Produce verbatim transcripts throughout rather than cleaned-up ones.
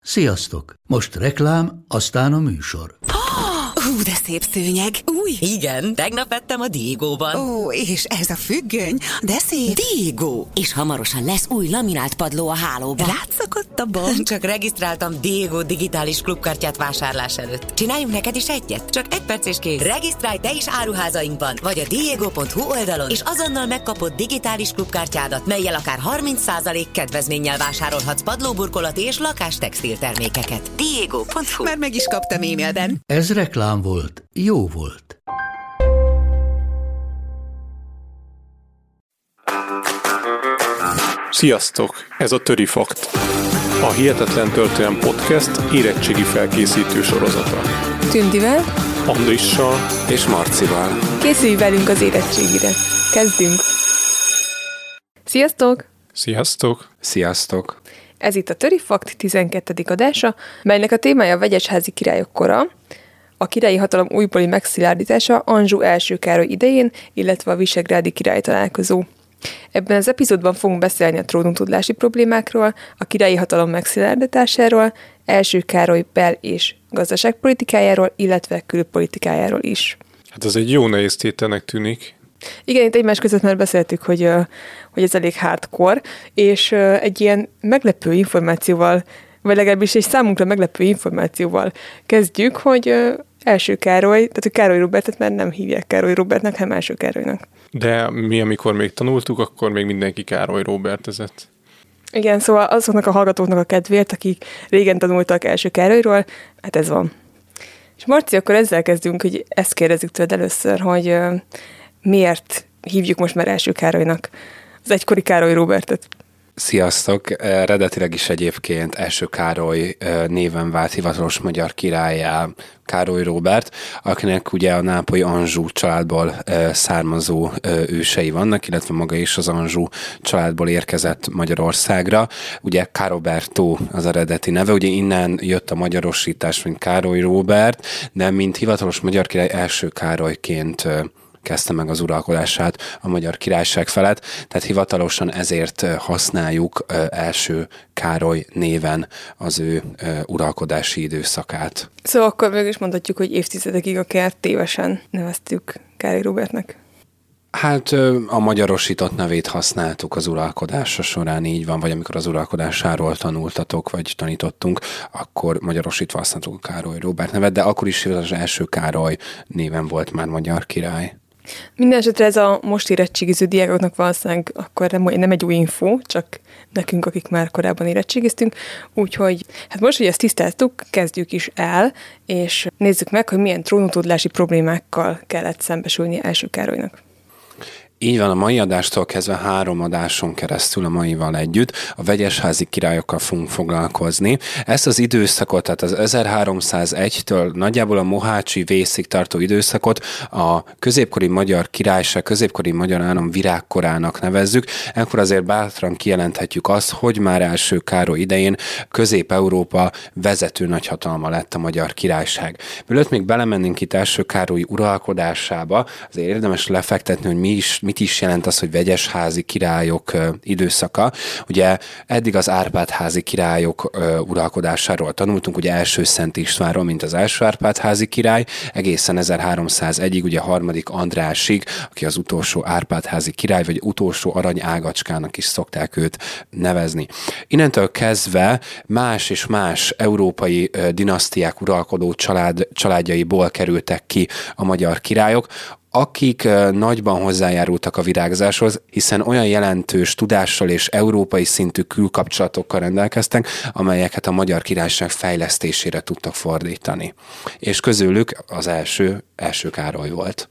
Sziasztok! Most reklám, aztán a műsor. Hú, de szép szőnyeg. Új. Igen, tegnap vettem a Diegóban. Ó, és ez a függöny, de szép. Diegó! És hamarosan lesz új laminált padló a hálóban. Rátszakadt a bank. Csak regisztráltam Diegó digitális klubkártyát vásárlás előtt. Csináljunk neked is egyet? Csak egy perc és kész. Regisztrálj te is áruházainkban, vagy a diego pont hu oldalon, és azonnal megkapod digitális klubkártyádat, mellyel akár harminc százalék kedvezménnyel vásárolhatsz padlóburkolati és lakástextil termékeket. diego pont hu. Már meg is kaptam e-mailben. Ez reklám volt, jó volt. Sziasztok! Ez a Töri Fakt. A Hihetetlen Történelem Podcast érettségi felkészítő sorozata. Tündivel, Andrissal és Marcival. Készülj velünk az érettségire. Kezdünk! Sziasztok! Sziasztok! Sziasztok! Ez itt a Töri Fakt tizenkettedik adása, melynek a témája a vegyesházi királyok kora, a királyi hatalom újbóli megszilárdítása Anjou első Károly idején, illetve a visegrádi király találkozó. Ebben az epizódban fogunk beszélni a trónuntudlási problémákról, a királyi hatalom megszilárdításáról, első Károly bel- és gazdaságpolitikájáról, illetve külpolitikájáról is. Hát ez egy jó nehéz tételnek tűnik. Igen, itt egymás között már beszéltük, hogy, hogy ez elég hardcore, és egy ilyen meglepő információval, vagy legalábbis egy számunkra meglepő információval kezdjük, hogy első Károly, tehát a Károly Róbertet már nem hívják Károly Róbertnek, hanem első Károlynak. De mi, amikor még tanultuk, akkor még mindenki Károly Róbertezett. Igen, szóval azoknak a hallgatóknak a kedvéért, akik régen tanultak első Károlyról, hát ez van. És Marci, akkor ezzel kezdünk, hogy ezt kérdezzük tőled először, hogy uh, miért hívjuk most már első Károlynak az egykori Károly Róbertet? Sziasztok! Eredetileg is egyébként első Károly néven vált hivatalos magyar királlyá Károly Róbert, akinek ugye a nápolyi Anjou családból származó ősei vannak, illetve maga is az Anjou családból érkezett Magyarországra. Ugye Caroberto az eredeti neve, ugye innen jött a magyarosítás, mint Károly Róbert, de mint hivatalos magyar király első Károlyként kezdte meg az uralkodását a Magyar Királyság felett, tehát hivatalosan ezért használjuk első Károly néven az ő uralkodási időszakát. Szóval akkor végül is mondhatjuk, hogy évtizedekig akár tévesen neveztük Károly Róbertnek. Hát a magyarosított nevét használtuk az uralkodása során, így van, vagy amikor az uralkodásáról tanultatok, vagy tanítottunk, akkor magyarosítva használtuk a Károly Róbert nevet, de akkor is az első Károly néven volt már magyar király. Minden esetre ez a most érettségiző diákoknak valószínűleg akkor nem, nem egy új info, csak nekünk, akik már korábban érettségiztünk. Úgyhogy hát most, hogy ezt tisztáztuk, kezdjük is el, és nézzük meg, hogy milyen trónuntudlási problémákkal kellett szembesülni első Károlynak. Így van, a mai adástól kezdve három adáson keresztül a maival együtt a vegyesházi királyokkal fogunk foglalkozni. Ezt az időszakot, tehát az ezerháromszázegytől nagyjából a Mohácsi vészig tartó időszakot a középkori magyar királyság, középkori magyar állam virágkorának nevezzük. Ekkor azért bátran kijelenthetjük azt, hogy már első Károly idején Közép-Európa vezető nagyhatalma lett a magyar királyság. Mielőtt még belemennénk itt első Károly uralkodásába, azért érdemes lefektetni, hogy mi is mit is jelent az, hogy vegyesházi királyok uh, időszaka. Ugye eddig az Árpád-házi királyok uh, uralkodásáról tanultunk, ugye első Szent Istvánról, mint az első Árpád-házi király, egészen ezerháromszázegyig, ugye harmadik Andrásig, aki az utolsó Árpád-házi király, vagy utolsó arany ágacskának is szokták őt nevezni. Innentől kezdve más és más európai uh, dinasztiák uralkodó család, családjaiból kerültek ki a magyar királyok, akik nagyban hozzájárultak a virágzáshoz, hiszen olyan jelentős tudással és európai szintű külkapcsolatokkal rendelkeztek, amelyeket a Magyar Királyság fejlesztésére tudtak fordítani. És közülük az első, első Károly volt.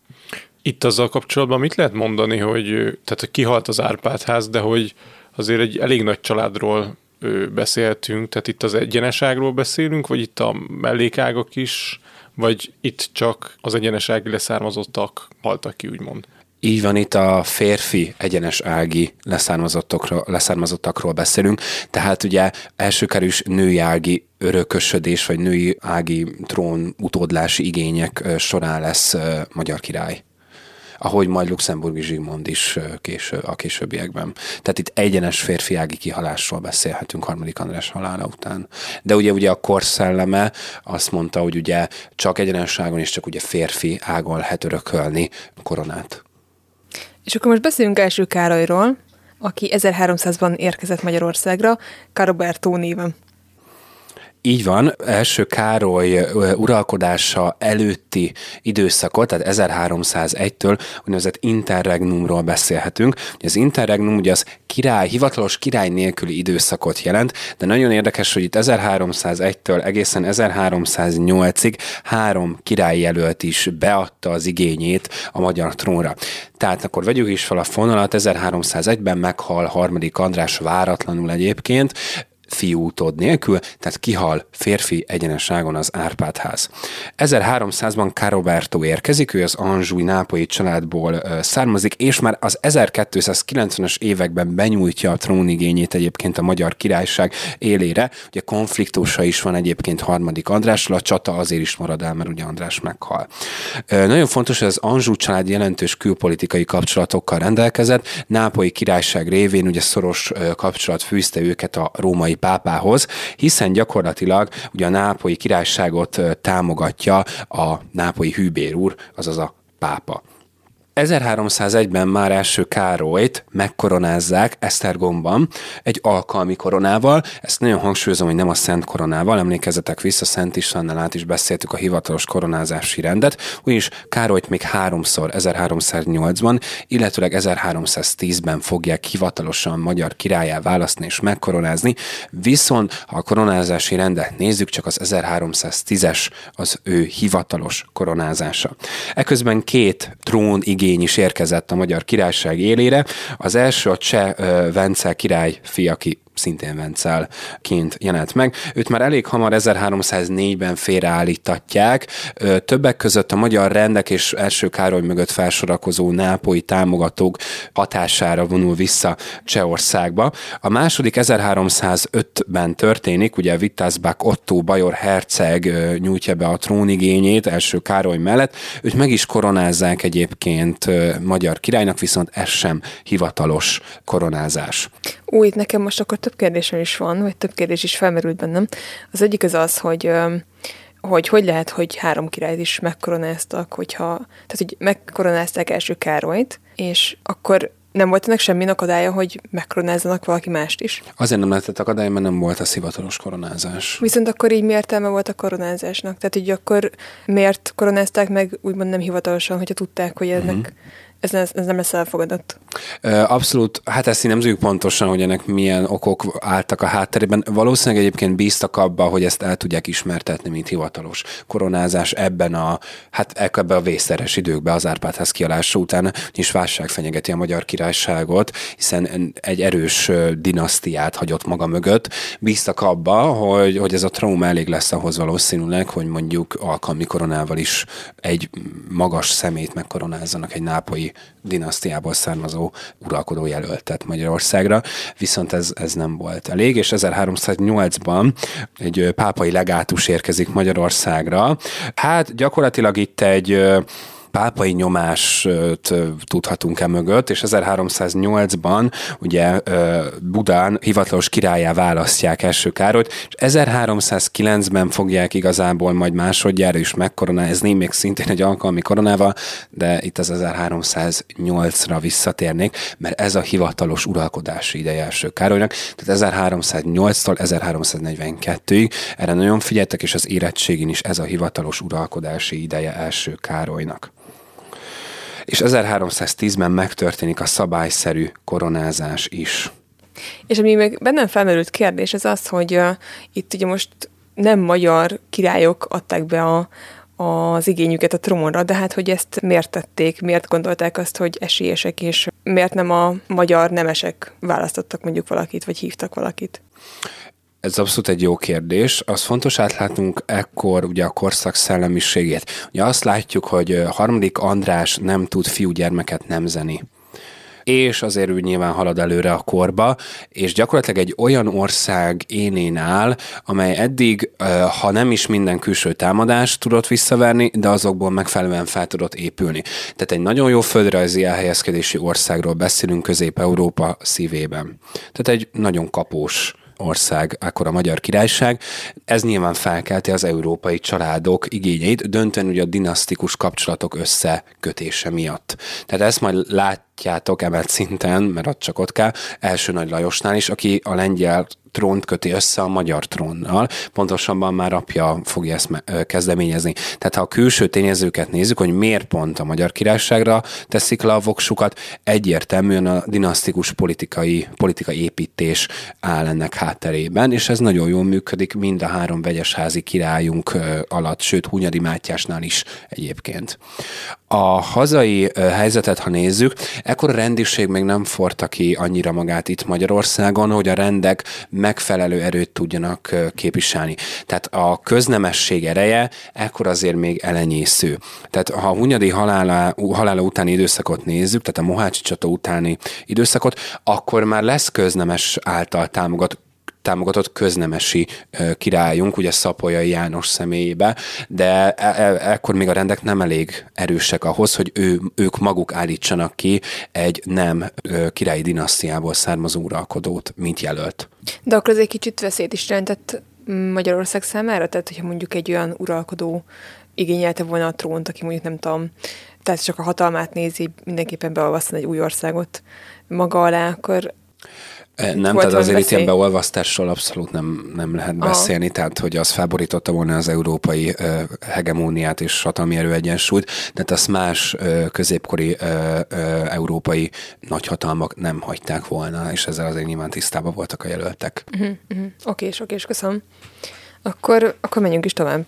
Itt azzal kapcsolatban mit lehet mondani, hogy, tehát, hogy kihalt az Árpád-ház, de hogy azért egy elég nagy családról beszéltünk, tehát itt az egyeneságról beszélünk, vagy itt a mellékágak is, vagy itt csak az egyenes ági leszármazottak haltak ki, úgymond? Így van, itt a férfi egyenes ági leszármazottakról, leszármazottakról beszélünk, tehát ugye első Károly is női ági örökösödés, vagy női ági trón utódlási igények során lesz magyar király. ahogy majd Luxemburgi Zsigmond is késő, a későbbiekben. Tehát itt egyenes férfiági kihalásról beszélhetünk harmadik András halála után. De ugye, ugye a korszelleme azt mondta, hogy ugye csak egyenesságon és csak ugye férfi ágon lehet örökölni koronát. És akkor most beszélünk első Károlyról, aki ezerháromszázban érkezett Magyarországra, Caroberto néven. Így van, első Károly uralkodása előtti időszakot, tehát ezerháromszázegytől úgynevezett interregnumról beszélhetünk. Az interregnum ugye az király, hivatalos király nélküli időszakot jelent, de nagyon érdekes, hogy itt ezerháromszázegytől egészen ezerháromszáznyolcig három királyjelölt is beadta az igényét a magyar trónra. Tehát akkor vegyük is fel a fonalat, ezerháromszázegyben meghal harmadik András váratlanul egyébként, fiúutód nélkül, tehát kihal férfi egyeneságon az Árpád-ház. ezerháromszázban Caroberto érkezik, ő az anjoui nápolyi családból származik, és már az ezerkétszázkilencvenes években benyújtja a trónigényét egyébként a Magyar Királyság élére. Ugye konfliktusa is van egyébként harmadik Andrással, a csata azért is marad el, mert ugye András meghal. Nagyon fontos, hogy az Anjou család jelentős külpolitikai kapcsolatokkal rendelkezett, Nápolyi Királyság révén ugye szoros kapcsolat fűzte őket a római pápához, hiszen gyakorlatilag ugye a Nápolyi Királyságot támogatja a nápolyi hűbér úr, azaz a pápa. ezerháromszázegyben már első Károlyt megkoronázzák Esztergomban egy alkalmi koronával. Ezt nagyon hangsúlyozom, hogy nem a szent koronával, emlékezzetek vissza, Szent Istvánnal át is beszéltük a hivatalos koronázási rendet, ugyanis Károlyt még háromszor ezerháromszáznyolcban, illetőleg ezerháromszáztízben fogják hivatalosan magyar királlyá választani és megkoronázni, viszont ha a koronázási rendet nézzük, csak az ezerháromszáztízes az ő hivatalos koronázása. Eközben két trón igény is érkezett a Magyar Királyság élére. Az első a cseh Vencel király fia, aki szintén Vencelként jelent meg. Őt már elég hamar ezerháromszáznégyben félreállítatják. Többek között a magyar rendek és első Károly mögött felsorakozó nápolyi támogatók hatására vonul vissza Csehországba. A második ezerháromszázötben történik, ugye Wittelsbach Ottó bajor herceg nyújtja be a trónigényét első Károly mellett. Őt meg is koronázzák egyébként magyar királynak, viszont ez sem hivatalos koronázás. Új, nekem most akkor több kérdésem is van, vagy több kérdés is felmerült bennem. Az egyik az az, hogy hogy, hogy lehet, hogy három királyt is megkoronáztak, hogyha, tehát hogy megkoronázták első Károlyt, és akkor nem volt ennek semmi akadálya, hogy megkoronázzanak valaki mást is? Azért nem lehetett akadály, mert nem volt a hivatalos koronázás. Viszont akkor így mi értelme volt a koronázásnak? Tehát így akkor miért koronázták meg úgymond nem hivatalosan, hogyha tudták, hogy ennek... Uh-huh. Ez, ez, ez nem lesz elfogadott. Abszolút, hát ezt így nem tudjuk pontosan, hogy ennek milyen okok álltak a hátterében. Valószínűleg egyébként bíztak abba, hogy ezt el tudják ismertetni, mint hivatalos koronázás ebben a, hát ebben a vészszeres időkben az Árpád-ház kialása után, és válság fenyegeti a Magyar Királyságot, hiszen egy erős dinasztiát hagyott maga mögött. Bíztak abba, hogy, hogy ez a trauma elég lesz ahhoz valószínűleg, hogy mondjuk alkalmi koronával is egy magas szemét megkoronázzanak, egy nápolyi dinasztiából származó uralkodó jelöltet Magyarországra, viszont ez, ez nem volt elég, és ezerháromszáznyolcban egy pápai legátus érkezik Magyarországra. Hát gyakorlatilag itt egy pápai nyomást tudhatunk e mögött, és ezerháromszáznyolcban ugye Budán hivatalos királlyá választják első Károlyt, és ezerháromszázkilencben fogják igazából majd másodjára is megkoronázni, még szintén egy alkalmi koronával, de itt az ezerháromszáznyolcra visszatérnék, mert ez a hivatalos uralkodási ideje első Károlynak, tehát ezerháromszáznyolctól ezerháromszáznegyvenkettőig erre nagyon figyeltek, és az érettségin is ez a hivatalos uralkodási ideje első Károlynak. És ezerháromszáztízben megtörténik a szabályszerű koronázás is. És ami meg bennem felmerült kérdés, az az, hogy uh, itt ugye most nem magyar királyok adták be a, az igényüket a trónra, de hát, hogy ezt miért tették, miért gondolták azt, hogy esélyesek, és miért nem a magyar nemesek választottak mondjuk valakit, vagy hívtak valakit? Ez abszolút egy jó kérdés. Az fontos átlátnunk ekkor ugye a korszak szellemiségét. Ugye azt látjuk, hogy harmadik András nem tud fiúgyermeket nemzeni. és azért úgy nyilván halad előre a korba, és gyakorlatilag egy olyan ország énén áll, amely eddig, ha nem is minden külső támadást tudott visszaverni, de azokból megfelelően fel tudott épülni. Tehát egy nagyon jó földrajzi elhelyezkedési országról beszélünk Közép-Európa szívében. Tehát egy nagyon kapós ország, akkor a Magyar Királyság. Ez nyilván felkelti az európai családok igényeit, döntően ugye a dinasztikus kapcsolatok összekötése miatt. Tehát ezt majd látjátok emelt szinten, mert ott csak ott kell, első Nagy Lajosnál is, aki a lengyel trónt köti össze a magyar trónnal, pontosabban már apja fogja ezt kezdeményezni. Tehát ha a külső tényezőket nézzük, hogy miért pont a Magyar Királyságra teszik le a voksukat, egyértelműen a dinasztikus politikai, politikai építés áll ennek hátterében, és ez nagyon jól működik mind a három vegyesházi királyunk alatt, sőt Hunyadi Mátyásnál is egyébként. A hazai helyzetet, ha nézzük, ekkor a rendiség még nem forta ki annyira magát itt Magyarországon, hogy a rendek megfelelő erőt tudjanak képviselni. Tehát a köznemesség ereje ekkor azért még elenyésző. Tehát ha a Hunyadi halála, halála utáni időszakot nézzük, tehát a Mohácsi csata utáni időszakot, akkor már lesz köznemes által támogat támogatott köznemesi királyunk, ugye Szapolyai János személyébe, de e- e- ekkor még a rendek nem elég erősek ahhoz, hogy ő, ők maguk állítsanak ki egy nem királyi dinasztiából származó uralkodót, mint jelölt. De akkor ez egy kicsit veszélyt is jelentett Magyarország számára? Tehát, hogyha mondjuk egy olyan uralkodó igényelte volna a trónt, aki mondjuk nem tudom, tehát csak a hatalmát nézi, mindenképpen beolvasztani egy új országot maga alá, akkor nem, tehát azért itt ilyen beolvasztásról abszolút nem, nem lehet beszélni, Aha. tehát hogy az felborította volna az európai uh, hegemóniát és hatalmi erőegyensúlyt, tehát azt más uh, középkori uh, uh, európai nagyhatalmak nem hagyták volna, és ezzel azért nyilván tisztában voltak a jelöltek. Uh-huh, uh-huh. Oké, és oké, és köszönöm. Akkor, akkor menjünk is tovább.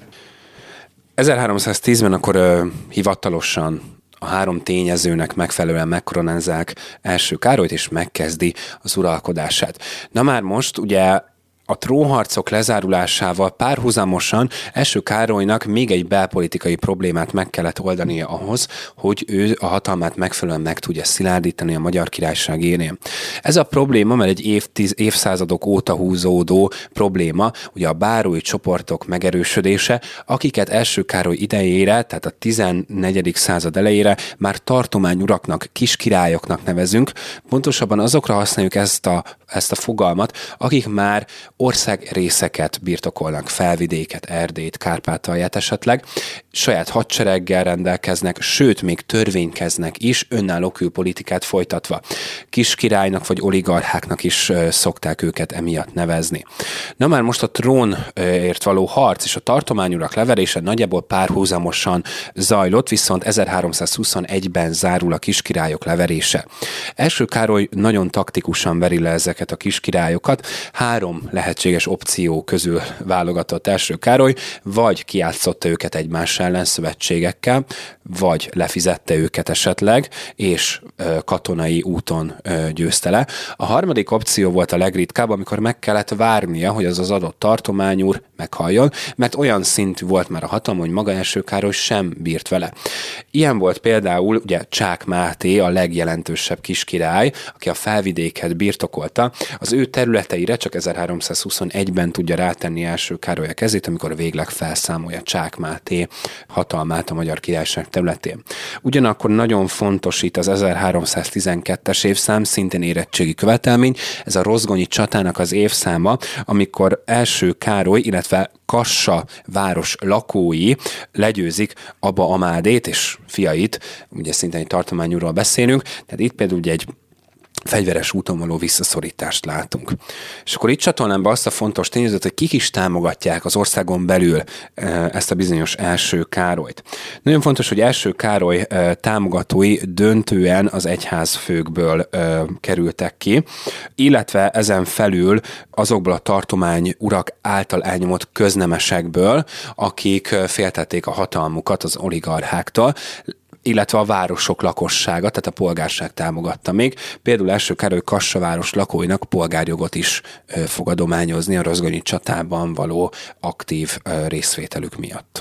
ezerháromszáztízben akkor uh, hivatalosan a három tényezőnek megfelelően megkoronázzák első Károlyt, és megkezdi az uralkodását. Na már most ugye a trónharcok lezárulásával párhuzamosan első Károlynak még egy belpolitikai problémát meg kellett oldania ahhoz, hogy ő a hatalmát megfelelően meg tudja szilárdítani a Magyar Királyság élén. Ez a probléma, mert egy évtiz, évszázadok óta húzódó probléma, ugye a bárói csoportok megerősödése, akiket első Károly idejére, tehát a tizennegyedik század elejére már tartományuraknak, kiskirályoknak nevezünk, pontosabban azokra használjuk ezt a, ezt a fogalmat, akik már országrészeket birtokolnak, Felvidéket, Erdélyt, Kárpátalját esetleg, saját hadsereggel rendelkeznek, sőt, még törvénykeznek is, önálló külpolitikát folytatva. Kiskirálynak vagy oligarcháknak is szokták őket emiatt nevezni. Na már most a trónért való harc és a tartományurak leverése nagyjából párhuzamosan zajlott, viszont ezerháromszázhuszonegyben zárul a kiskirályok leverése. Első Károly nagyon taktikusan veri le ezeket a kiskirályokat, három lehetséges opció közül válogatott első Károly, vagy kijátszotta őket egymás ellen szövetségekkel, vagy lefizette őket esetleg, és ö, katonai úton ö, győzte le. A harmadik opció volt a legritkább, amikor meg kellett várnia, hogy az az adott tartományúr meghalljon, mert olyan szintű volt már a hatalom, hogy maga első Károly sem bírt vele. Ilyen volt például ugye Csák Máté, a legjelentősebb kiskirály, aki a Felvidéket birtokolta. Az ő területeire csak ezerháromszázhuszonegyben tudja rátenni első Károly a kezét, amikor végleg felszámolja Csák Máté hatalmát a Magyar Királyság területén. Ugyanakkor nagyon fontos itt az ezerháromszáztizenkettes évszám, szintén érettségi követelmény, ez a rozgonyi csatának az évszáma, amikor első Károly, illetve Kassa város lakói legyőzik Aba Amádét és fiait, ugye szintén egy tartományúról beszélünk, tehát itt például ugye egy fegyveres úton való visszaszorítást látunk. És akkor itt csatolnám be azt a fontos tényezőt, hogy kik is támogatják az országon belül ezt a bizonyos első Károlyt. Nagyon fontos, hogy első Károly támogatói döntően az egyházfőkből kerültek ki, illetve ezen felül azokból a tartomány urak által elnyomott köznemesekből, akik féltették a hatalmukat az oligarcháktól, illetve a városok lakossága, tehát a polgárság támogatta még. Például első Károly Kassa város lakóinak polgárjogot is fog adományozni a rozgonyi csatában való aktív részvételük miatt.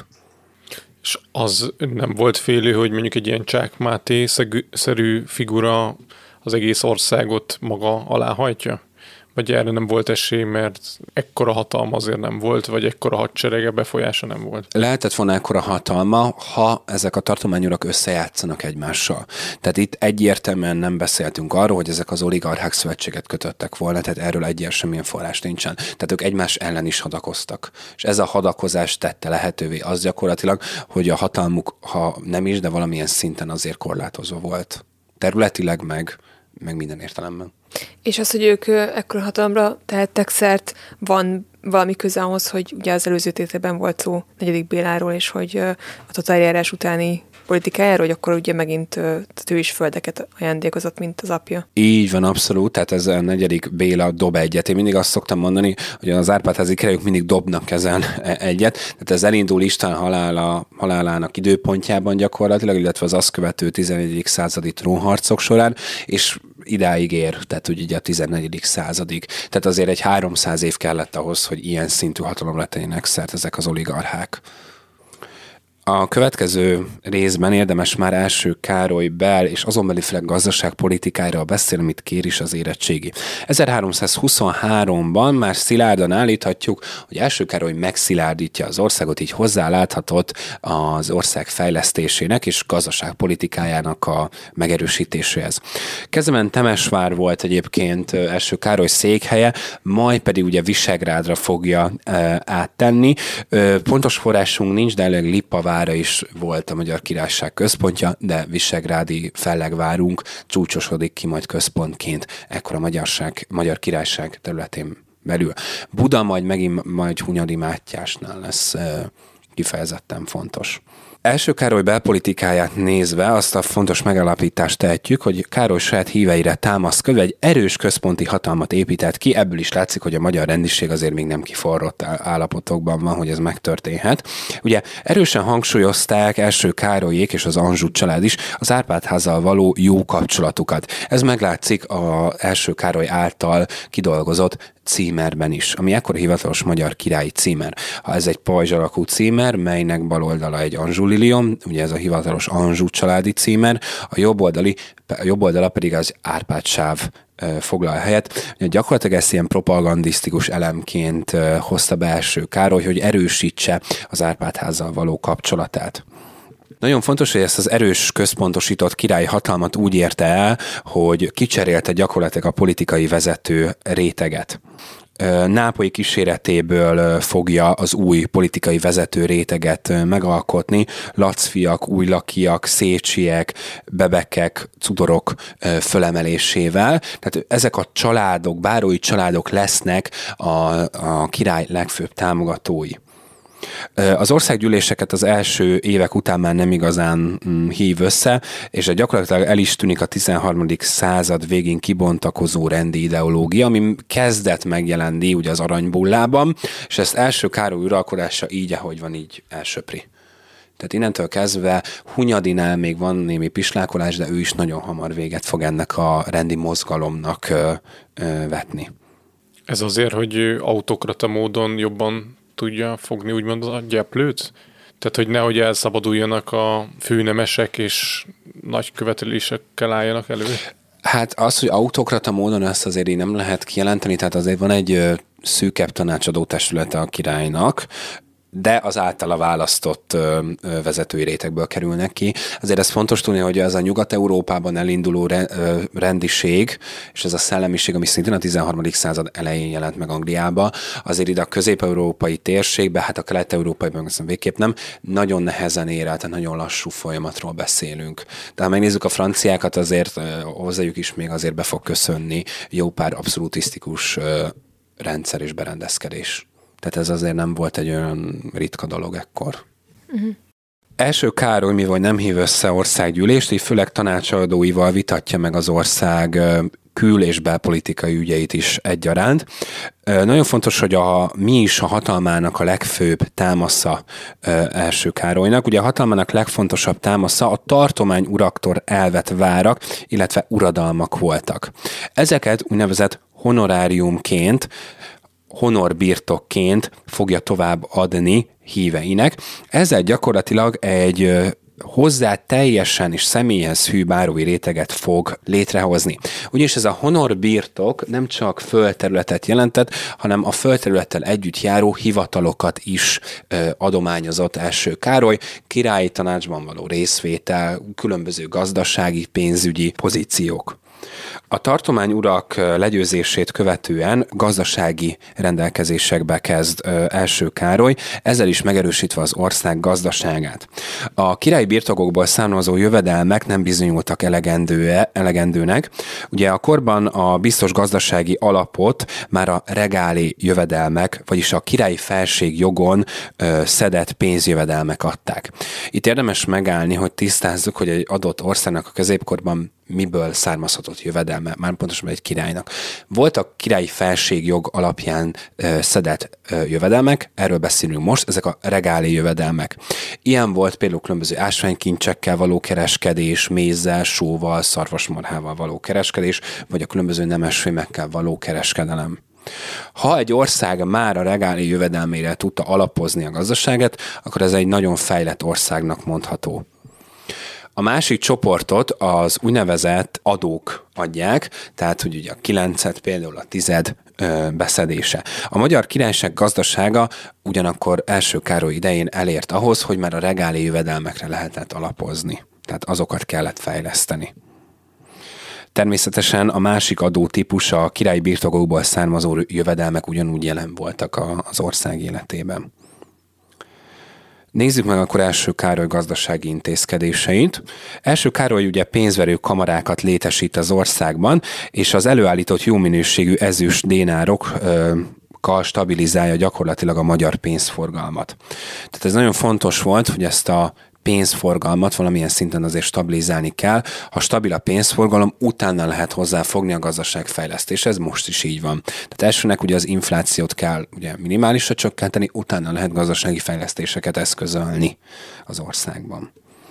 És az nem volt félő, hogy mondjuk egy ilyen Csák Máté szerű figura az egész országot maga alá hajtja? Vagy erre nem volt esély, mert ekkora hatalma azért nem volt, vagy ekkora hadserege befolyása nem volt? Lehetett volna ekkora hatalma, ha ezek a tartományurak összejátszanak egymással. Tehát itt egyértelműen nem beszéltünk arról, hogy ezek az oligarchák szövetséget kötöttek volna, tehát erről egyáltalán semmilyen forrás nincsen. Tehát ők egymás ellen is hadakoztak. És ez a hadakozás tette lehetővé az gyakorlatilag, hogy a hatalmuk, ha nem is, de valamilyen szinten azért korlátozva volt. Területileg meg, meg minden értelemben. És az, hogy ők ekkora hatalomra tehettek szert, van valami köze ahhoz, hogy ugye az előző tételben volt szó negyedik Béláról, és hogy a totáljárási utáni politikájáról, hogy akkor ugye megint tehát ő is földeket ajándékozott, mint az apja. Így van, abszolút, tehát ez a negyedik Béla dob egyet. Én mindig azt szoktam mondani, hogy az Árpád-házi királyok mindig dobnak ezen egyet, tehát ez elindul István halála, halálának időpontjában gyakorlatilag, illetve az azt követő tizennegyedik századi trónharcok során, és idáig ér, tehát ugye a tizennegyedik századig. Tehát azért egy háromszáz év kellett ahhoz, hogy ilyen szintű hatalomra tegyenek szert ezek az oligarchák. A következő részben érdemes már első Károly bel- és azon belül főleg gazdaságpolitikáról beszélni, amit kér is az érettségi. ezerháromszázhuszonháromban már szilárdan állíthatjuk, hogy első Károly megszilárdítja az országot, így hozzáláthatott az ország fejlesztésének és gazdaságpolitikájának a megerősítéséhez. Kezdetben Temesvár volt egyébként első Károly székhelye, majd pedig ugye Visegrádra fogja e, áttenni. E, pontos forrásunk nincs, de előleg Lipavára is volt a Magyar Királyság központja, de Visegrádi Fellegvárunk csúcsosodik ki majd központként ekkor a Magyarság, Magyar Királyság területén belül. Buda majd megint majd Hunyadi Mátyásnál lesz e, kifejezetten fontos. Első Károly belpolitikáját nézve azt a fontos megállapítást tehetjük, hogy Károly saját híveire támaszkodva egy erős központi hatalmat épített ki, ebből is látszik, hogy a magyar rendiség azért még nem kiforrott állapotokban van, hogy ez megtörténhet. Ugye erősen hangsúlyozták első Károlyék és az Anjou család is az Árpád-házzal való jó kapcsolatukat. Ez meglátszik az első Károly által kidolgozott címerben is, ami ekkor hivatalos magyar királyi címer. Ha ez egy pajzs alakú címer, melynek bal oldala egy Anjou liliom, ugye ez a hivatalos Anjou családi címer, a jobb, oldali, a jobb oldala pedig az Árpád sáv foglal helyet. Ugye gyakorlatilag ezt ilyen propagandisztikus elemként hozta be első Károly, hogy erősítse az Árpád-házzal való kapcsolatát. Nagyon fontos, hogy ezt az erős központosított királyi hatalmat úgy érte el, hogy kicserélte gyakorlatilag a politikai vezető réteget. Nápolyi kíséretéből fogja az új politikai vezető réteget megalkotni, lacfiak, újlakiak, szécsiek, bebekek, cudorok fölemelésével. Tehát ezek a családok, bárói családok lesznek a, a király legfőbb támogatói. Az országgyűléseket az első évek után már nem igazán hív össze, és gyakorlatilag el is tűnik a tizenharmadik század végén kibontakozó rendi ideológia, ami kezdett megjelenni ugye az aranybullában, és ezt első Károly uralkodása így, ahogy van, így elsöpri. Tehát innentől kezdve Hunyadinál még van némi pislákolás, de ő is nagyon hamar véget fog ennek a rendi mozgalomnak ö, ö, vetni. Ez azért, hogy autokrata módon jobban tudja fogni úgymond a gyeplőt? Tehát, hogy nehogy elszabaduljanak a főnemesek és nagy követelésekkel álljanak elő? Hát az, hogy autokrata módon ezt azért így nem lehet kijelenteni, tehát azért van egy szűkebb tanácsadó testülete a királynak, de az általa választott ö, ö, vezetői rétegből kerülnek ki. Azért ez fontos tudni, hogy ez a Nyugat-Európában elinduló re, ö, rendiség, és ez a szellemiség, ami szintén a tizenharmadik század elején jelent meg Angliába, azért ide a közép-európai térségbe, hát a kelet-európaiban viszont végképp nem, nagyon nehezen ér el, tehát nagyon lassú folyamatról beszélünk. De ha megnézzük a franciákat, azért ö, hozzájuk is még azért be fog köszönni jó pár abszolutisztikus ö, rendszer és berendezkedés. Tehát ez azért nem volt egy olyan ritka dolog ekkor. Uh-huh. Első Károly, mivel nem hív össze országgyűlést, így főleg tanácsadóival vitatja meg az ország kül- és belpolitikai ügyeit is egyaránt. Nagyon fontos, hogy a, mi is a hatalmának a legfőbb támasza első Károlynak. Ugye a hatalmának legfontosabb támasza a tartomány uraktól elvett várak, illetve uradalmak voltak. Ezeket úgynevezett honoráriumként, honorbirtokként fogja tovább adni híveinek. Ezzel gyakorlatilag egy hozzá teljesen és személyhez hű bárói réteget fog létrehozni. Ugyanis ez a honorbirtok nem csak földterületet jelentett, hanem a földterülettel együtt járó hivatalokat is ö, adományozott első Károly, királyi tanácsban való részvétel, különböző gazdasági, pénzügyi pozíciók. A tartományurak legyőzését követően gazdasági rendelkezésekbe kezd ö, első Károly, ezzel is megerősítve az ország gazdaságát. A királyi birtokokból származó jövedelmek nem bizonyultak elegendő, elegendőnek. Ugye a korban a biztos gazdasági alapot már a regáli jövedelmek, vagyis a királyi felség jogon ö, szedett pénzjövedelmek adták. Itt érdemes megállni, hogy tisztázzuk, hogy egy adott országnak a középkorban miből származhatott jövedelme, már pontosan egy királynak. Voltak királyi felségjog alapján ö, szedett ö, jövedelmek, erről beszélünk most, ezek a regáli jövedelmek. Ilyen volt például különböző ásványkincsekkel való kereskedés, mézzel, sóval, szarvasmarhával való kereskedés, vagy a különböző nemesfémekkel való kereskedelem. Ha egy ország már a regáli jövedelmére tudta alapozni a gazdaságát, akkor ez egy nagyon fejlett országnak mondható. A másik csoportot az úgynevezett adók adják, tehát hogy ugye a kilenced, például a tized ö, beszedése. A Magyar Királyság gazdasága ugyanakkor első Károly idején elért ahhoz, hogy már a regáli jövedelmekre lehetett alapozni, tehát azokat kellett fejleszteni. Természetesen a másik adótípus, a királyi birtokokból származó jövedelmek ugyanúgy jelen voltak az ország életében. Nézzük meg akkor első Károly gazdasági intézkedéseit. Első Károly ugye pénzverő kamarákat létesít az országban, és az előállított jó minőségű ezüst dénárokkal stabilizálja gyakorlatilag a magyar pénzforgalmat. Tehát ez nagyon fontos volt, hogy ezt a pénzforgalmat valamilyen szinten azért stabilizálni kell. Ha stabil a pénzforgalom, utána lehet hozzáfogni a gazdaságfejlesztéshez, ez most is így van. Tehát elsőnek ugye az inflációt kell ugye minimálisra csökkenteni, utána lehet gazdasági fejlesztéseket eszközölni az országban.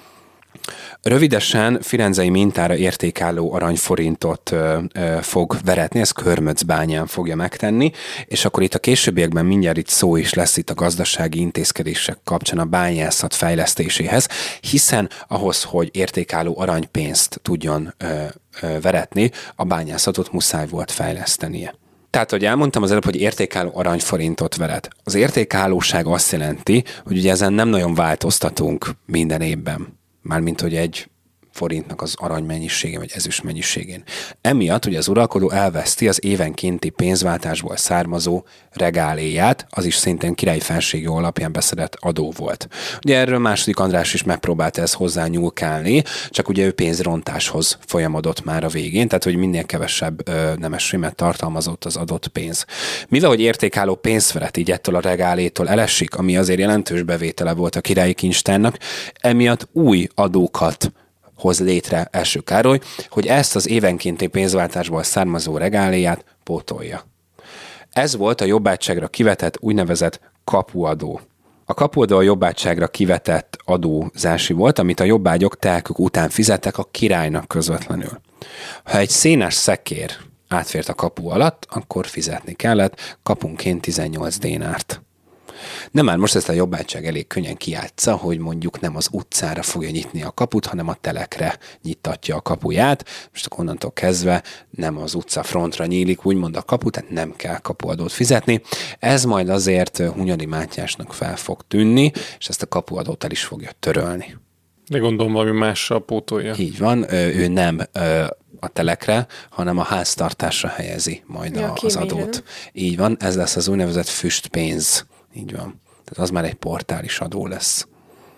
Rövidesen firenzei mintára értékálló aranyforintot ö, ö, fog veretni, ez Körmöcbányán fogja megtenni, és akkor itt a későbbiekben mindjárt itt szó is lesz itt a gazdasági intézkedések kapcsán a bányászat fejlesztéséhez, hiszen ahhoz, hogy értékálló aranypénzt tudjon ö, ö, veretni, a bányászatot muszáj volt fejlesztenie. Tehát, ahogy elmondtam az előbb, hogy értékálló aranyforintot veret. Az értékállóság azt jelenti, hogy ugye ezen nem nagyon változtatunk minden évben. Mármint, hogy egy forintnak az arany mennyiségén, vagy ezüst mennyiségén. Emiatt ugye az uralkodó elveszti az évenkénti pénzváltásból származó regáléját, az is szintén királyi felségjog alapján beszedett adó volt. Ugye erről második András is megpróbálta ezt hozzá nyúlkálni, csak ugye ő pénzrontáshoz folyamodott már a végén, tehát hogy minél kevesebb ö, nemesrémet tartalmazott az adott pénz. Mivel, hogy értékálló pénzveret így ettől a regálétól elesik, ami azért jelentős bevétele volt a királyi kincstárnak, emiatt új adókat hoz létre első Károly, hogy ezt az évenkénti pénzváltásból származó regáléját pótolja. Ez volt a jobbátságra kivetett úgynevezett kapuadó. A kapuadó a jobbátságra kivetett adózási volt, amit a jobbágyok telkük után fizettek a királynak közvetlenül. Ha egy szénes szekér átfért a kapu alatt, akkor fizetni kellett kapunként tizennyolc dénárt. Nem már most ezt a jobbátság elég könnyen kijátsza, hogy mondjuk nem az utcára fogja nyitni a kaput, hanem a telekre nyitatja a kapuját. Most akkor onnantól kezdve nem az utca frontra nyílik, úgymond a kapu, tehát nem kell kapuadót fizetni. Ez majd azért Hunyadi Mátyásnak fel fog tűnni, és ezt a kapuadót el is fogja törölni. De gondolom valami mással pótolja. Így van, ő nem a telekre, hanem a háztartásra helyezi majd ja, az adót. Így van, ez lesz az úgynevezett füstpénz. Így van. Tehát az már egy portális adó lesz.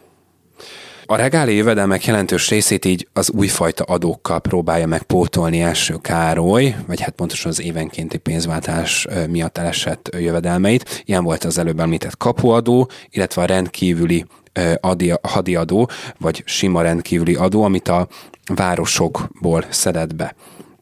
A regáli jövedelmek jelentős részét így az újfajta adókkal próbálja meg pótolni első Károly, vagy hát pontosan az évenkénti pénzváltás miatt elesett jövedelmeit. Ilyen volt az előbb említett kapuadó, illetve a rendkívüli hadiadó, vagy sima rendkívüli adó, amit a városokból szedett be.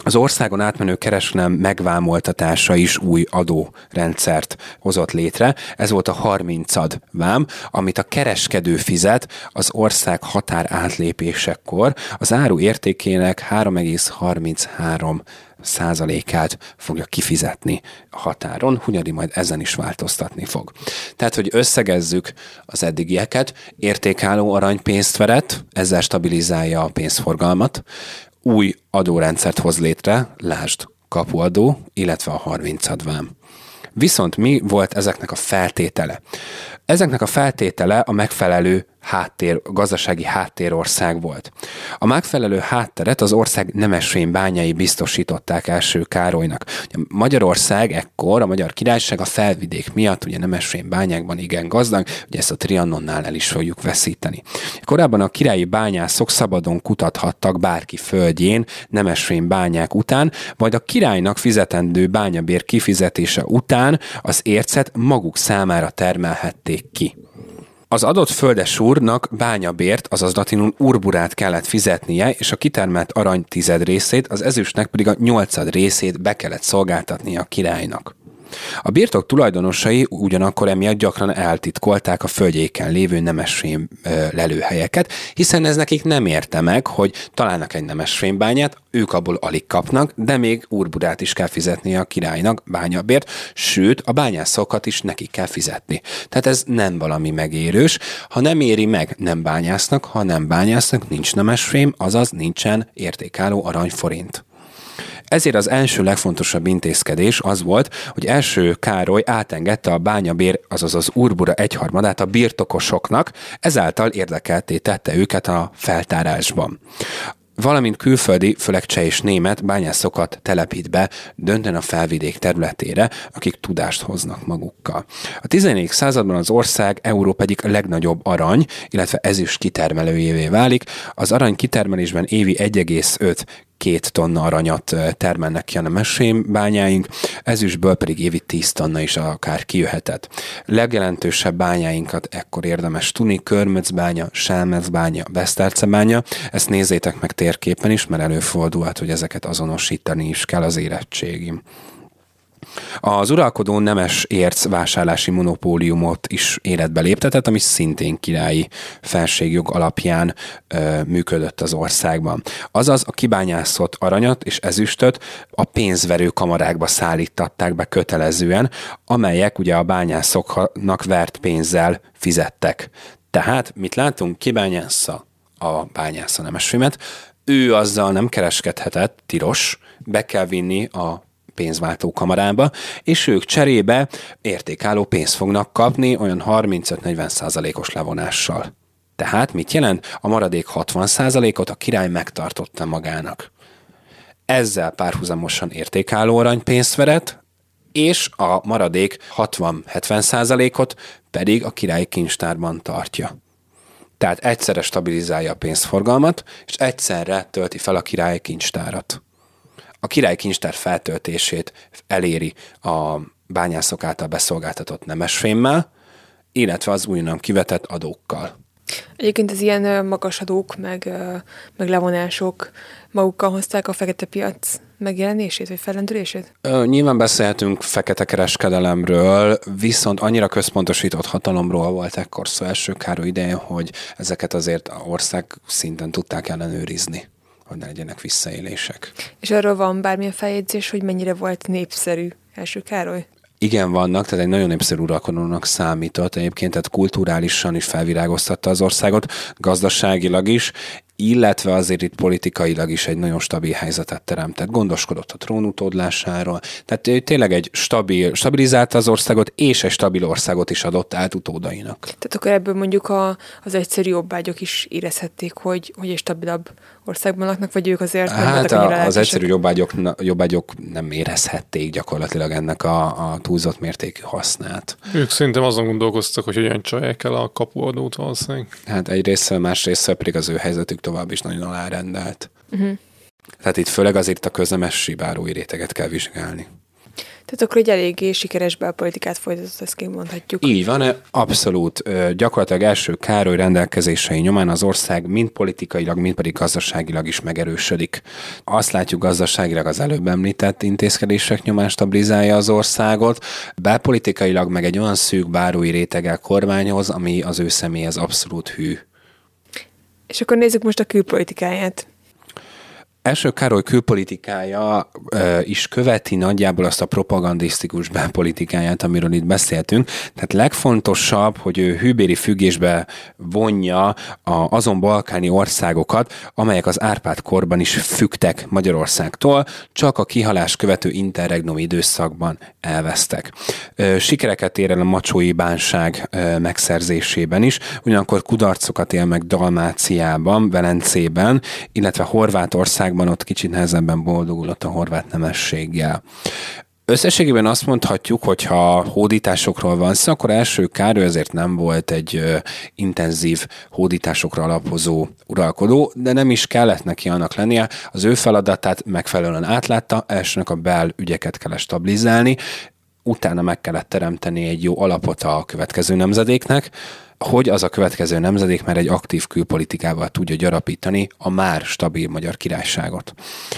Az országon átmenő kereskedelem megvámoltatása is új adórendszert hozott létre. Ez volt a harmincad vám, amit a kereskedő fizet az ország határ átlépésekor az áru értékének három egész harminchárom százalékát fogja kifizetni a határon. Hunyadi majd ezen is változtatni fog. Tehát, hogy összegezzük az eddigieket, értékálló aranypénzt verett, ezzel stabilizálja a pénzforgalmat, új adórendszert hoz létre, lásd kapuadó, illetve a harmincad vám. Viszont mi volt ezeknek a feltétele? Ezeknek a feltétele a megfelelő háttér, gazdasági háttérország volt. A megfelelő hátteret az ország nemesfém bányái biztosították első Károlynak. Magyarország ekkor, a Magyar Királyság a felvidék miatt, ugye nemesfém bányákban igen gazdag, ugye ezt a Trianonnál el is fogjuk veszíteni. Korábban a királyi bányászok szabadon kutathattak bárki földjén nemesfém bányák után, majd a királynak fizetendő bányabér kifizetése után az ércet maguk számára termelhették ki. Az adott földes úrnak bányabért, azaz latinul urburát kellett fizetnie, és a kitermelt arany tized részét, az ezüstnek pedig a nyolcad részét be kellett szolgáltatnia a királynak. A birtok tulajdonosai ugyanakkor emiatt gyakran eltitkolták a földjéken lévő nemesfém lelőhelyeket, hiszen ez nekik nem érte meg, hogy találnak egy nemesfémbányát, ők abból alig kapnak, de még urburát is kell fizetni a királynak bányabért, sőt, a bányászokat is nekik kell fizetni. Tehát ez nem valami megérős. Ha nem éri meg, nem bányásznak, ha nem bányásznak, nincs nemesfém, azaz nincsen értékálló aranyforint. Ezért az első legfontosabb intézkedés az volt, hogy első Károly átengedte a bányabér, azaz az urbura egyharmadát a birtokosoknak, ezáltal érdekeltté tette őket a feltárásban. Valamint külföldi, főleg cseh és német bányászokat telepít be döntően a felvidék területére, akik tudást hoznak magukkal. A tizennegyedik században az ország Európa egyik legnagyobb arany, illetve ezüst kitermelőjévé válik. Az arany kitermelésben évi egy egész öt két tonna aranyat termelnek ki a nemesfém bányáink, ezüstből pedig évi tíz tonna is akár kijöhetett. Legjelentősebb bányáinkat ekkor érdemes tudni, Körmöc bánya, Selmec bánya, Beszterce bánya. Ezt nézzétek meg térképen is, mert előfordulhat, hogy ezeket azonosítani is kell az érettségim. Az uralkodó nemes érc vásárlási monopóliumot is életbe léptetett, ami szintén királyi felségjog alapján ö, működött az országban. Azaz a kibányászott aranyat és ezüstöt a pénzverő kamarákba szállítatták be kötelezően, amelyek ugye a bányászoknak vert pénzzel fizettek. Tehát mit látunk? Kibányásza a bányász a nemesfémet, ő azzal nem kereskedhetett, tilos, be kell vinni a pénzváltó kamarába, és ők cserébe értékálló pénzt fognak kapni olyan harmincöt-negyven százalékos levonással. Tehát mit jelent? A maradék hatvan százalékot a király megtartotta magának. Ezzel párhuzamosan értékálló aranypénzt verett, és a maradék hatvan-hetven százalékot pedig a király kincstárban tartja. Tehát egyszerre stabilizálja a pénzforgalmat, és egyszerre tölti fel a király kincstárat. A király kincstár feltöltését eléri a bányászok által beszolgáltatott nemesfémmel, illetve az újonnan kivetett adókkal. Egyébként az ilyen magas adók, meg, meg levonások magukkal hozták a fekete piac megjelenését, vagy fellendülését? Nyilván beszélhetünk fekete kereskedelemről, viszont annyira központosított hatalomról volt ekkor szó első Károly idején, hogy ezeket azért a ország szinten tudták ellenőrizni, hogy ne legyenek visszaélések. És arról van bármilyen feljegyzés, hogy mennyire volt népszerű első Károly? Igen, vannak, tehát egy nagyon népszerű uralkodónak számított egyébként, tehát kulturálisan is felvirágoztatta az országot, gazdaságilag is, illetve azért itt politikailag is egy nagyon stabil helyzetet teremtett. Gondoskodott a trónutódlásáról, tehát tényleg egy stabil, stabilizálta az országot, és egy stabil országot is adott át utódainak. Tehát akkor ebből mondjuk a, az egyszerű jobbágyok is érezhették, hogy, hogy egy stabilabb országban laknak, vagy ők azért nem hát voltak annyira a, az egyszerű jobbágyok, jobbágyok nem érezhették gyakorlatilag ennek a, a túlzott mértékű hasznát. Ők szerintem azon gondolkoztak, hogy hogyan csalják el a kapuadót valószínűleg. Hát egy résszel, más résszel pedig az ő helyzetük tovább is nagyon alárendelt. Uh-huh. Tehát itt főleg azért a köznemes bárói réteget kell vizsgálni. Tehát akkor egy eléggé sikeres belpolitikát folytatott, ezt kimondhatjuk. Így van, abszolút. Gyakorlatilag első Károly rendelkezései nyomán az ország mind politikailag, mind pedig gazdaságilag is megerősödik. Azt látjuk, gazdaságilag az előbb említett intézkedések nyomán stabilizálja az országot, belpolitikailag meg egy olyan szűk bárói réteggel kormányoz, ami az ő személyhez abszolút hű. És akkor nézzük most a külpolitikáját. Első Károly külpolitikája ö, is követi nagyjából azt a propagandisztikus belpolitikáját, amiről itt beszéltünk. Tehát legfontosabb, hogy ő hűbéri függésbe vonja a, azon balkáni országokat, amelyek az Árpád-korban is függtek Magyarországtól, csak a kihalás követő interregnum időszakban elvesztek. Ö, sikereket ér el a macsói bánság ö, megszerzésében is, ugyanakkor kudarcokat él meg Dalmáciában, Velencében, illetve Horvátországban, ott kicsit nehezebben boldogulott a horvát nemességgel. Összességében azt mondhatjuk, hogy ha hódításokról van szó, akkor első Károly azért nem volt egy ö, intenzív hódításokra alapozó uralkodó, de nem is kellett neki annak lennie. Az ő feladatát megfelelően átlátta, elsőnek a belügyeket kell stabilizálni, utána meg kellett teremteni egy jó alapot a következő nemzedéknek, hogy az a következő nemzedék már egy aktív külpolitikával tudja gyarapítani a már stabil Magyar Királyságot.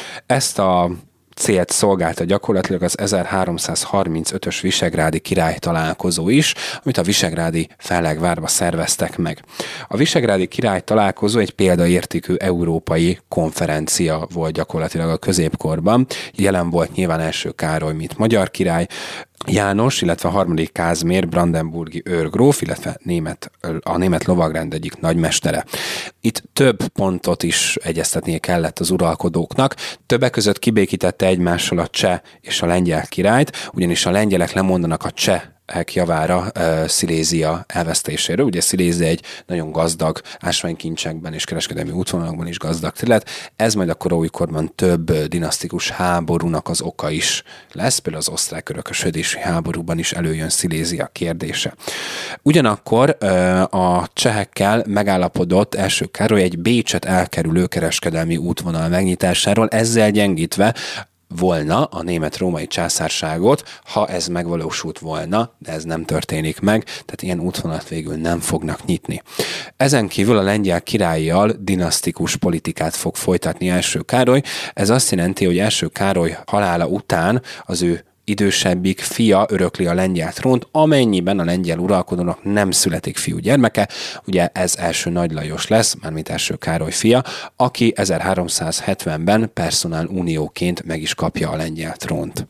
Ezt a célt szolgálta gyakorlatilag az ezerháromszázharmincötös visegrádi király találkozó is, amit a visegrádi Fellegvárba szerveztek meg. A visegrádi király találkozó egy példaértékű európai konferencia volt gyakorlatilag a középkorban. Jelen volt nyilván első Károly, mint magyar király, János, illetve a harmadik Kázmér brandenburgi őrgróf, illetve német, a német lovagrend egyik nagymestere. Itt több pontot is egyeztetnie kellett az uralkodóknak. Többek között kibékítette egymással a cseh és a lengyel királyt, ugyanis a lengyelek lemondanak a cseh javára uh, Szilézia elvesztéséről. Ugye Szilézia egy nagyon gazdag ásványkincsekben és kereskedelmi útvonalakban is gazdag terület. Ez majd a koróikorban több dinasztikus háborúnak az oka is lesz, például az osztrák-örökösödési háborúban is előjön Szilézia kérdése. Ugyanakkor uh, a csehekkel megállapodott első Károly egy Bécset elkerülő kereskedelmi útvonal megnyitásáról, ezzel gyengítve volna a német-római császárságot, ha ez megvalósult volna, de ez nem történik meg, tehát ilyen útvonalat végül nem fognak nyitni. Ezen kívül a lengyel királlyal dinasztikus politikát fog folytatni első Károly. Ez azt jelenti, hogy első Károly halála után az ő idősebbik fia örökli a lengyel trónt, amennyiben a lengyel uralkodónak nem születik fiú gyermeke, ugye ez első Nagy Lajos lesz, mármint első Károly fia, aki ezerháromszázhetvenben personál unióként meg is kapja a lengyel trónt.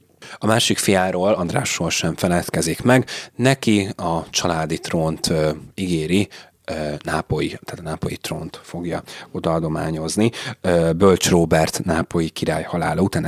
A másik fiáról, Andrásról sem feledkezik meg, neki a családi trónt ö, ígéri, nápolyi, tehát a nápolyi trónt fogja odaadományozni. Bölcs Róbert nápolyi király halála után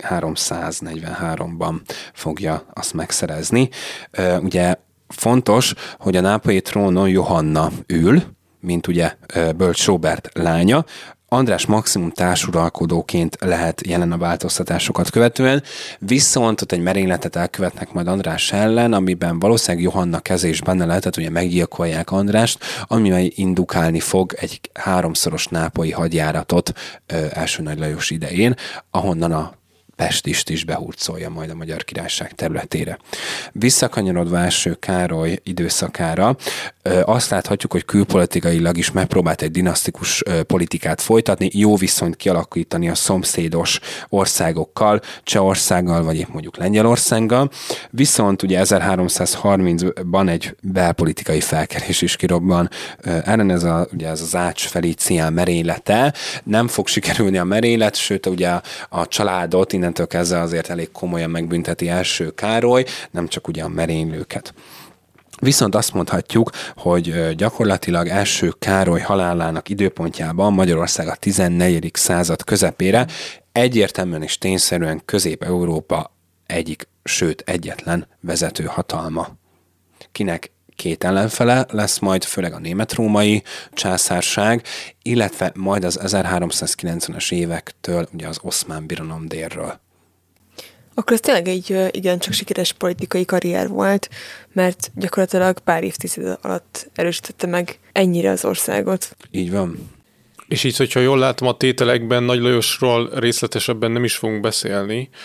ezerháromszáznegyvenháromban fogja azt megszerezni. Ugye fontos, hogy a nápolyi trónon Johanna ül, mint ugye Bölcs Róbert lánya, András maximum társuralkodóként lehet jelen a változtatásokat követően, viszont ott egy merényletet elkövetnek majd András ellen, amiben valószínűleg Johanna keze is benne lehet, tehát ugye meggyilkolják Andrást, ami indukálni fog egy háromszoros nápolyi hadjáratot ö, első Nagy Lajos idején, ahonnan a Pestist is behurcolja majd a Magyar Királyság területére. Visszakanyarodva első Károly időszakára, azt láthatjuk, hogy külpolitikailag is megpróbált egy dinasztikus politikát folytatni, jó viszonyt kialakítani a szomszédos országokkal, Csehországgal, vagy épp mondjuk Lengyelországgal, viszont ugye ezerháromszázharmincban egy belpolitikai felkelés is kirobban ellen, ez, a, ugye ez az Ács Felícián merénylete, nem fog sikerülni a merénylet, sőt ugye a, a családot innentől kezdve azért elég komolyan megbünteti első Károly, nem csak ugye a merénylőket. Viszont azt mondhatjuk, hogy gyakorlatilag első Károly halálának időpontjában Magyarország a tizennegyedik század közepére egyértelműen és tényszerűen Közép-Európa egyik, sőt egyetlen vezető hatalma. Kinek két ellenfele lesz majd, főleg a német-római császárság, illetve majd az ezerháromszázkilencvenes évektől ugye az oszmán birodalom délről. Akkor ez tényleg egy igencsak sikeres politikai karrier volt, mert gyakorlatilag pár évtized alatt erősítette meg ennyire az országot. Így van. És így, hogyha jól látom a tételekben, Nagy Lajosról részletesebben nem is fogunk beszélni,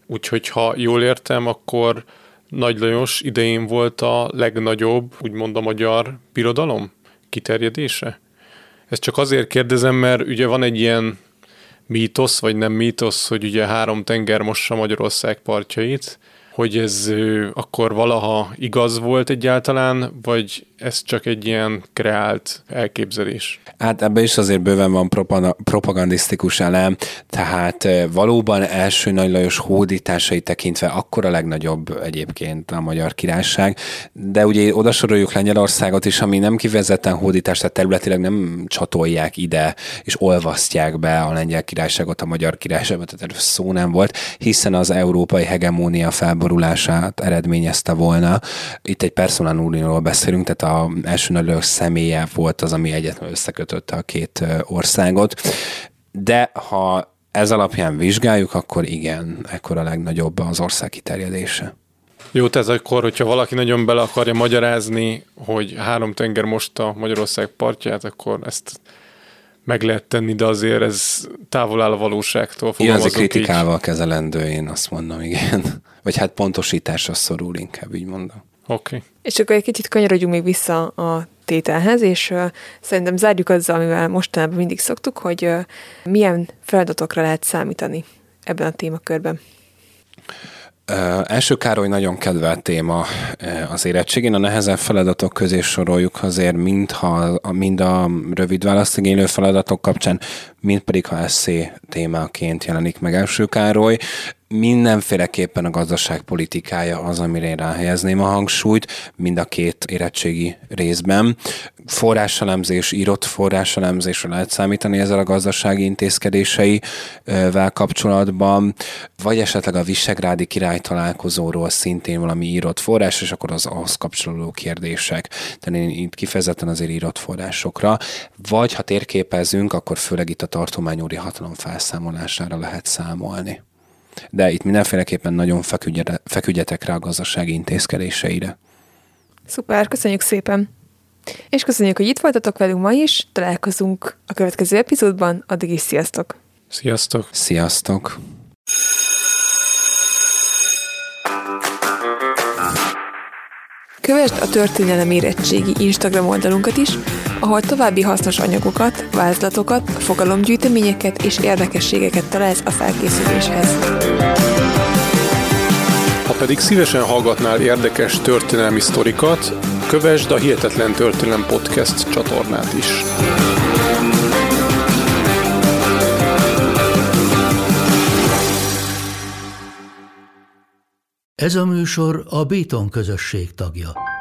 úgyhogy ha jól értem, akkor Nagy Lajos idején volt a legnagyobb, úgymond a magyar birodalom kiterjedése? Ezt csak azért kérdezem, mert ugye van egy ilyen mítosz, vagy nem mítosz, hogy ugye három tenger mossa Magyarország partjait, hogy ez akkor valaha igaz volt egyáltalán, vagy ez csak egy ilyen kreált elképzelés? Hát ebben is azért bőven van propagandisztikus elem, tehát valóban első Nagy Lajos hódításai tekintve akkor a legnagyobb egyébként a Magyar Királyság, de ugye oda soroljuk Lengyelországot is, ami nem kifejezetten hódítás, tehát területileg nem csatolják ide, és olvasztják be a Lengyel Királyságot a Magyar Királyságba, tehát erről szó nem volt, hiszen az európai hegemónia felborulását eredményezte volna. Itt egy personal unióról beszélünk, tehát a első Nagy Lajos személye volt az, ami egyetlen összekötötte a két országot. De ha ez alapján vizsgáljuk, akkor igen, ekkor a legnagyobb az ország kiterjedése. Jó, tehát akkor, hogyha valaki nagyon bele akarja magyarázni, hogy három tenger mosta Magyarország partját, akkor ezt meg lehet tenni, de azért ez távol áll a valóságtól. Igen, azért kritikával így kezelendő, én azt mondom, igen. Vagy hát pontosításra szorul, inkább így mondom. Oké. Okay. És akkor egy kicsit kanyarodjunk még vissza a tételhez, és uh, szerintem zárjuk azzal, amivel mostanában mindig szoktuk, hogy uh, milyen feladatokra lehet számítani ebben a témakörben. Uh, első Károly nagyon kedvelt téma uh, az érettségén. A nehezebb feladatok közé soroljuk azért mind, ha, mind a rövid választigénylő feladatok kapcsán, mind pedig ha esszé témáként jelenik meg első Károly. Mindenféleképpen a gazdaságpolitikája az, amire én ráhelyezném a hangsúlyt, mind a két érettségi részben. Forráselemzés, írott forráselemzésre lehet számítani ezzel a gazdasági intézkedéseivel kapcsolatban, vagy esetleg a visegrádi király találkozóról szintén valami írott forrás, és akkor az ahhoz kapcsolódó kérdések. Tehát én itt kifejezetten azért írott forrásokra, vagy ha térképezünk, akkor főleg itt a tartományúri hatalom felszámolására lehet számolni. De itt mindenféleképpen nagyon feküdjetek rá a gazdasági intézkedéseire. Szuper, köszönjük szépen! És köszönjük, hogy itt voltatok velünk ma is, találkozunk a következő epizódban, addig is sziasztok! Sziasztok! Sziasztok! Kövesd a Történelem Érettségi Instagram oldalunkat is, ahol további hasznos anyagokat, vázlatokat, fogalomgyűjteményeket és érdekességeket találsz a felkészüléshez. Ha pedig szívesen hallgatnál érdekes történelmi sztorikat, kövesd a Hihetetlen Történelem Podcast csatornát is. Ez a műsor a Béton közösség tagja.